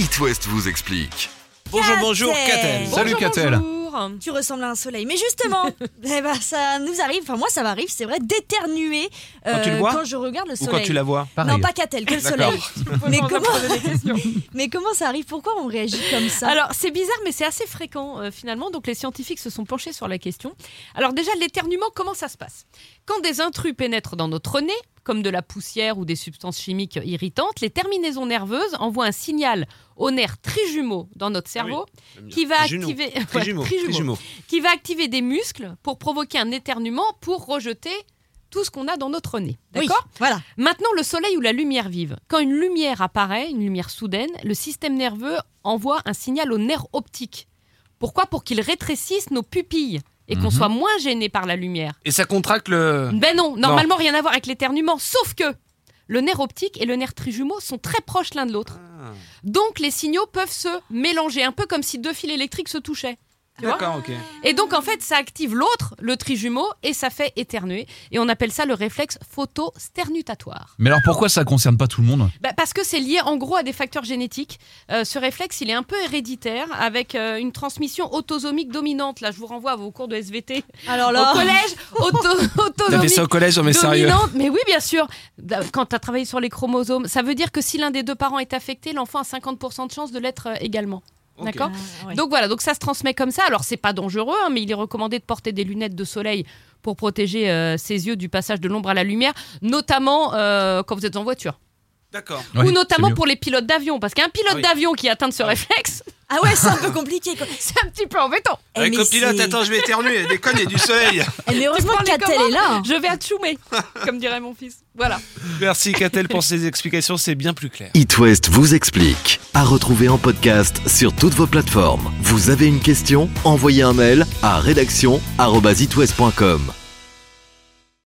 It West vous explique. Bonjour Catel. Salut Catel. Tu ressembles à un soleil. Mais justement, ça nous arrive, enfin moi ça m'arrive, c'est vrai, d'éternuer Quand tu le vois quand je regarde le Ou soleil. quand tu la vois? Non, pas Catel, que le soleil. D'accord. Mais comment ça arrive? Pourquoi on réagit comme ça? Alors c'est bizarre mais c'est assez fréquent finalement, donc les scientifiques se sont penchés sur la question. Alors déjà l'éternuement, comment ça se passe? Quand des intrus pénètrent dans notre nez, comme de la poussière ou des substances chimiques irritantes, les terminaisons nerveuses envoient un signal aux nerfs trijumeaux dans notre cerveau qui va activer Trijumeaux. qui va activer des muscles pour provoquer un éternuement pour rejeter tout ce qu'on a dans notre nez. D'accord ? Oui, voilà. Maintenant, le soleil ou la lumière vive. Quand une lumière apparaît, une lumière soudaine, le système nerveux envoie un signal aux nerfs optiques. Pourquoi ? Pour qu'ils rétrécissent nos pupilles et qu'on soit moins gêné par la lumière. Et ça contracte le... Ben non, normalement rien à voir avec l'éternuement, sauf que le nerf optique et le nerf trijumeau sont très proches l'un de l'autre. Donc les signaux peuvent se mélanger, un peu comme si deux fils électriques se touchaient. Tu vois ? D'accord, ok. Et donc en fait ça active l'autre, le trijumeau, et ça fait éternuer. Et on appelle ça le réflexe photosternutatoire. Mais alors pourquoi ça concerne pas tout le monde ? Parce que c'est lié en gros à des facteurs génétiques. Ce réflexe il est un peu héréditaire avec une transmission autosomique dominante. Là je vous renvoie à vos cours de SVT Alors là, au collège. T'as fait Autosomique ça au collège, mais sérieux? dominante. Mais oui bien sûr. Quand tu as travaillé sur les chromosomes, ça veut dire que si l'un des deux parents est affecté, l'enfant a 50% de chance de l'être également. Ok. D'accord ? ouais. Donc voilà, donc ça se transmet comme ça. Alors c'est pas dangereux, mais il est recommandé de porter des lunettes de soleil pour protéger ses yeux du passage de l'ombre à la lumière, notamment quand vous êtes en voiture. D'accord. Ouais, Ou notamment c'est mieux. pour les pilotes d'avion, parce qu'un pilote d'avion qui atteint de ce réflexe, ah ouais, c'est un peu compliqué quoi. c'est un petit peu embêtant. Avec mais copilote, c'est- attends, je vais éternuer. Déconne, il y a du soleil. Mais heureusement que prends les Catel commandes, est là. Je vais à Tchoumé, comme dirait mon fils. Voilà. Merci Catel pour ces explications, c'est bien plus clair. It West vous explique. À retrouver en podcast sur toutes vos plateformes. Vous avez une question ? Envoyez un mail à rédaction@itwest.com.